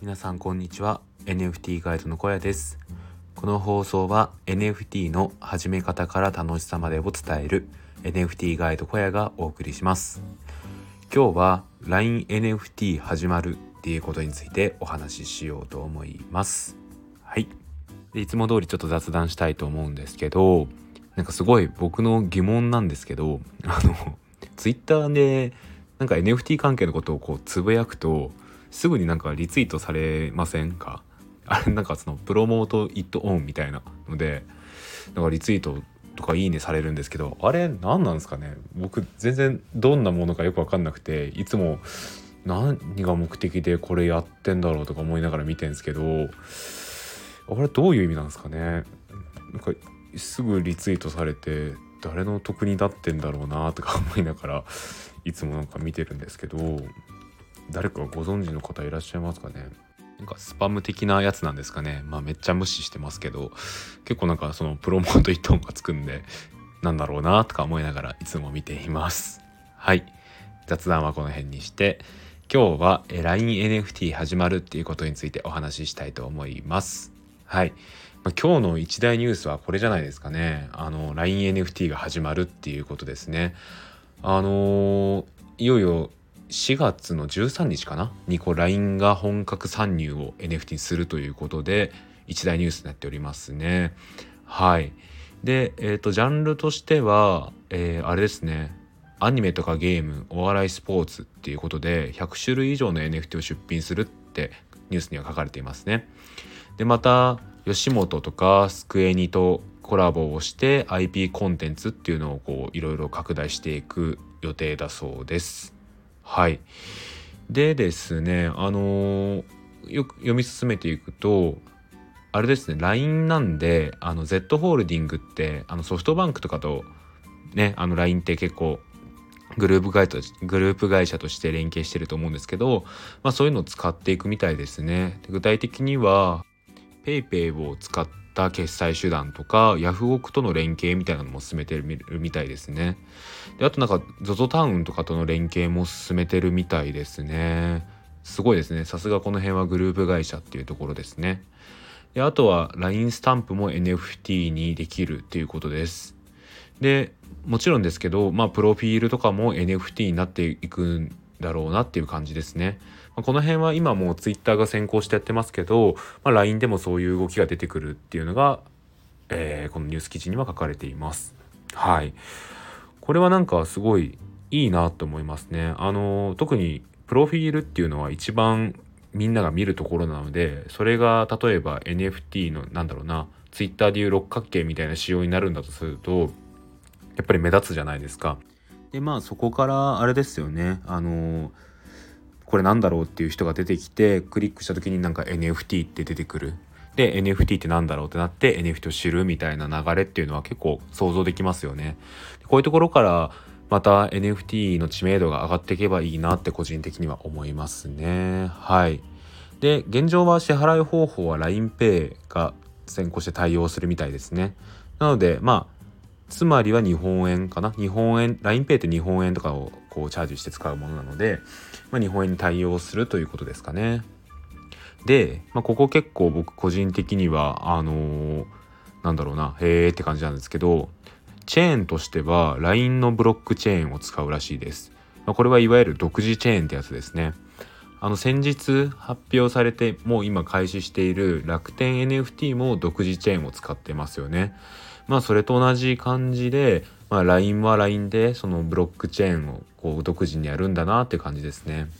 皆さんこんにちは。 NFT ガイドの小屋です。この放送は NFT の始め方から楽しさまでを伝える NFT ガイド小屋がお送りします。今日は LINE NFT 始まるっていうことについてお話ししようと思います。はい。でいつも通りちょっと雑談したいと思うんですけど、なんかすごい僕の疑問なんですけど、Twitter でなんか NFT 関係のことをこうつぶやくとすぐになんかリツイートされませんか？あれなんかそのプロモートイットオンみたいなのでなんかリツイートとかいいねされるんですけど、あれ何なんですかね。僕全然どんなものかよく分かんなくて、いつも何が目的でこれやってんだろうとか思いながら見てんですけど、あれどういう意味なんですかね。なんかすぐリツイートされて誰の得になってんだろうなとか思いながらいつもなんか見てるんですけど、誰かご存知の方いらっしゃいますかね。なんかスパム的なやつなんですかね。めっちゃ無視してますけど、結構なんかそのプロモート一トンがつくんでなんだろうなとか思いながらいつも見ています。はい、雑談はこの辺にして、今日は LINE NFT 始まるっていうことについてお話ししたいと思います。はい、今日の一大ニュースはこれじゃないですかね。LINE NFT が始まるっていうことですね。いよいよ4月の13日かなにLINE が本格参入を NFT にするということで一大ニュースになっておりますね。はい。で、ジャンルとしては、あれですね。アニメとかゲーム、お笑いスポーツっていうことで100種類以上の NFT を出品するってニュースには書かれていますね。で、また吉本とかスクエニとコラボをして IP コンテンツっていうのをこういろいろ拡大していく予定だそうです。はい。でですね、よく読み進めていくと、あれですね、LINE なんで、Z ホールディングって、ソフトバンクとかとね、LINE って結構グループ会社として連携してると思うんですけど、そういうのを使っていくみたいですね。で具体的には、PayPay を使った決済手段とか、ヤフオクとの連携みたいなのも進めてるみたいですね。であとなんか ZOZO タウンとかとの連携も進めてるみたいですね。すごいですね。さすがこの辺はグループ会社っていうところですね。であとは LINE スタンプも NFT にできるっていうことです。でもちろんですけど、プロフィールとかも NFT になっていくんだろうなっていう感じですね。この辺は今もう Twitter が先行してやってますけど、LINE でもそういう動きが出てくるっていうのが、このニュース記事には書かれています。はい。これはなんかすごいいいなと思いますね。特にプロフィールっていうのは一番みんなが見るところなので、それが例えば NFT のTwitter でいう六角形みたいな仕様になるんだとすると、やっぱり目立つじゃないですか。でそこからあれですよね。これなんだろうっていう人が出てきてクリックした時になんか NFT って出てくる。で NFT ってなんだろうってなって NFT を知るみたいな流れっていうのは結構想像できますよね。こういうところからまた NFT の知名度が上がっていけばいいなって個人的には思いますね。はい。で現状は支払い方法は LINEPay が先行して対応するみたいですね。なのでつまりは日本円かな。日本円 LINEPay って日本円とかをこうチャージして使うものなので、日本円に対応するということですかね。で、ここ結構僕個人的にはなんだろうな、へーって感じなんですけど、チェーンとしては LINE のブロックチェーンを使うらしいです。これはいわゆる独自チェーンってやつですね。先日発表されてもう今開始している楽天 NFT も独自チェーンを使ってますよね。それと同じ感じで、LINE は LINE でそのブロックチェーンをこう独自にやるんだなっていう感じですね。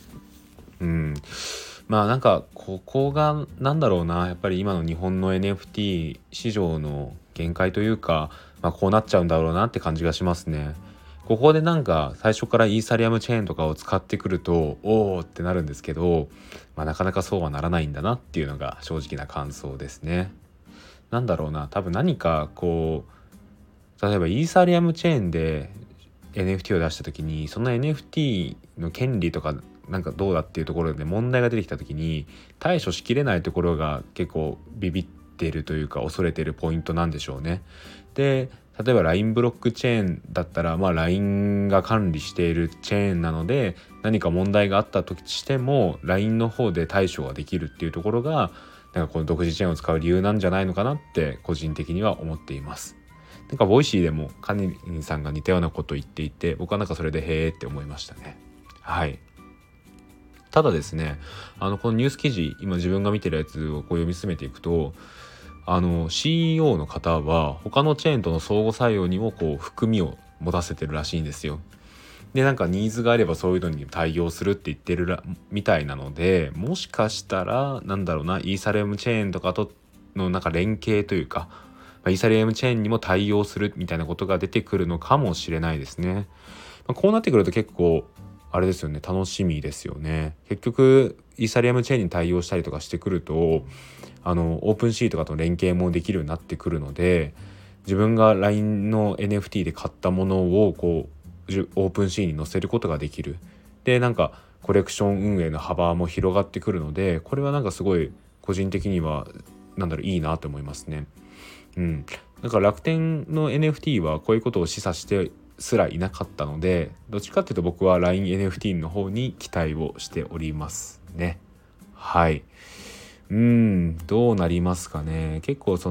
なんかここがなんだろうな、やっぱり今の日本の NFT 市場の限界というか、こうなっちゃうんだろうなって感じがしますね。ここでなんか最初からイーサリアムチェーンとかを使ってくるとおーってなるんですけど、なかなかそうはならないんだなっていうのが正直な感想ですね。なんだろうな、多分何かこう例えばイーサリアムチェーンで NFT を出した時にその NFT の権利とかなんかどうだっていうところで問題が出てきた時に対処しきれないところが結構ビビってるというか恐れてるポイントなんでしょうね。で例えば LINE ブロックチェーンだったら、LINE が管理しているチェーンなので、何か問題があったとしても LINE の方で対処ができるっていうところが、なんかこの独自チェーンを使う理由なんじゃないのかなって個人的には思っています。なんかボイシーでもカニンさんが似たようなことを言っていて、僕はなんかそれでへーって思いましたね。はい。ただですね、このニュース記事、今自分が見てるやつをこう読み進めていくと、CEO の方は他のチェーンとの相互作用にもこう含みを持たせてるらしいんですよ。で、なんかニーズがあればそういうのに対応するって言ってるみたいなので、もしかしたらイーサリアムチェーンとかとのなんか連携というか、イーサリアムチェーンにも対応するみたいなことが出てくるのかもしれないですね。こうなってくると結構あれですよね、楽しみですよね。結局イーサリアムチェーンに対応したりとかしてくると、オープンシーとかと連携もできるようになってくるので、自分が LINE の NFT で買ったものをこうオープンシーに載せることができる。で、なんかコレクション運営の幅も広がってくるので、これはなんかすごい個人的にはいいなと思いますね。だから楽天の NFT はこういうことを示唆してすらいなかったので、どっちかっていうと僕は LINE NFT の方に期待をしておりますね。はい。どうなりますかね。結構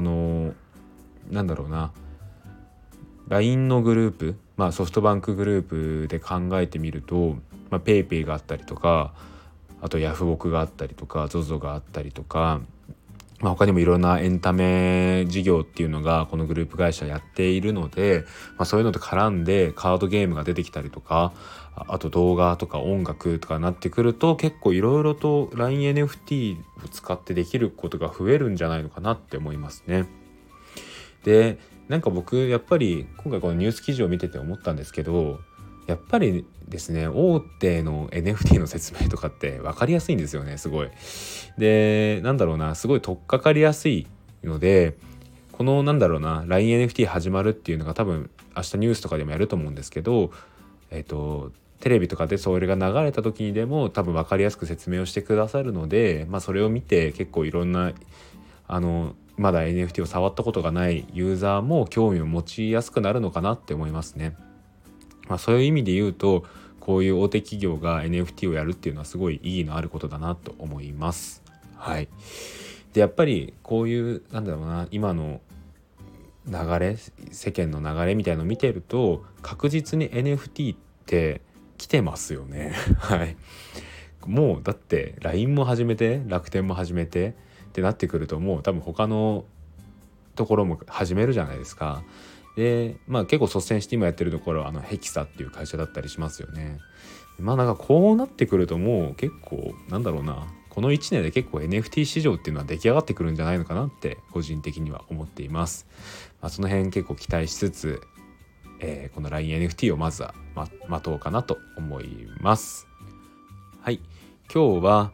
LINE のグループ、ソフトバンクグループで考えてみると、ペイペイがあったりとか、あとヤフオクがあったりとか ZOZO があったりとか、他にもいろんなエンタメ事業っていうのがこのグループ会社やっているので、そういうのと絡んでカードゲームが出てきたりとか、あと動画とか音楽とかなってくると、結構いろいろと LINE NFT を使ってできることが増えるんじゃないのかなって思いますね。で、なんか僕やっぱり今回このニュース記事を見てて思ったんですけど、やっぱりですね、大手の NFT の説明とかって分かりやすいんですよね、すごい。で、すごい取っかかりやすいので、このLINENFT 始まるっていうのが多分明日ニュースとかでもやると思うんですけど、テレビとかでそれが流れた時にでも多分分かりやすく説明をしてくださるので、それを見て結構いろんなまだ NFT を触ったことがないユーザーも興味を持ちやすくなるのかなって思いますね。そういう意味で言うと、こういう大手企業が NFT をやるっていうのはすごい意義のあることだなと思います。はい。で、やっぱりこういう今の流れ、世間の流れみたいのを見てると、確実に NFT って来てますよね。はい。もうだって LINE も始めて楽天も始めてってなってくると、もう多分他のところも始めるじゃないですか。で、結構率先して今やってるところはヘキサっていう会社だったりしますよね。こうなってくると、もう結構この1年で結構 NFT 市場っていうのは出来上がってくるんじゃないのかなって個人的には思っています。その辺結構期待しつつ、この LINENFT をまずは待とうかなと思います。はい、今日は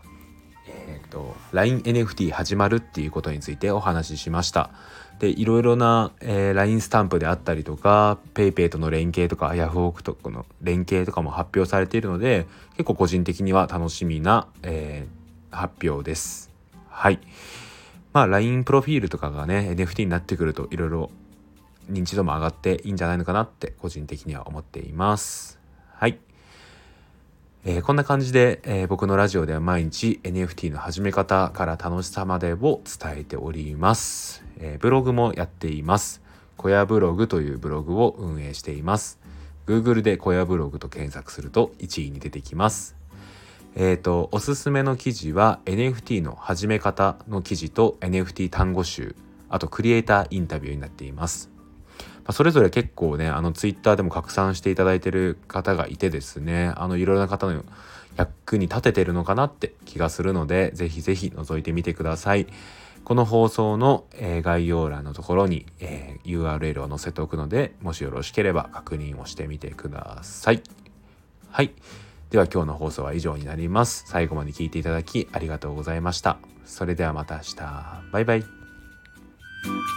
LINENFT 始まるっていうことについてお話ししました。で、いろいろな、LINE スタンプであったりとか PayPay との連携とかヤフオクとの連携とかも発表されているので、結構個人的には楽しみな、発表です。はい。LINE プロフィールとかがね NFT になってくると、いろいろ認知度も上がっていいんじゃないのかなって個人的には思っています。はい。こんな感じで、僕のラジオでは毎日 NFT の始め方から楽しさまでを伝えております。ブログもやっています。小屋ブログというブログを運営しています。Google で小屋ブログと検索すると1位に出てきます。おすすめの記事は NFT の始め方の記事と NFT 単語集、あとクリエイターインタビューになっています。それぞれ結構ね、ツイッターでも拡散していただいている方がいてですね、いろいろな方の役に立ててるのかなって気がするので、ぜひぜひ覗いてみてください。この放送の、概要欄のところに、URL を載せておくので、もしよろしければ確認をしてみてください。はい。では今日の放送は以上になります。最後まで聞いていただきありがとうございました。それではまた明日。バイバイ。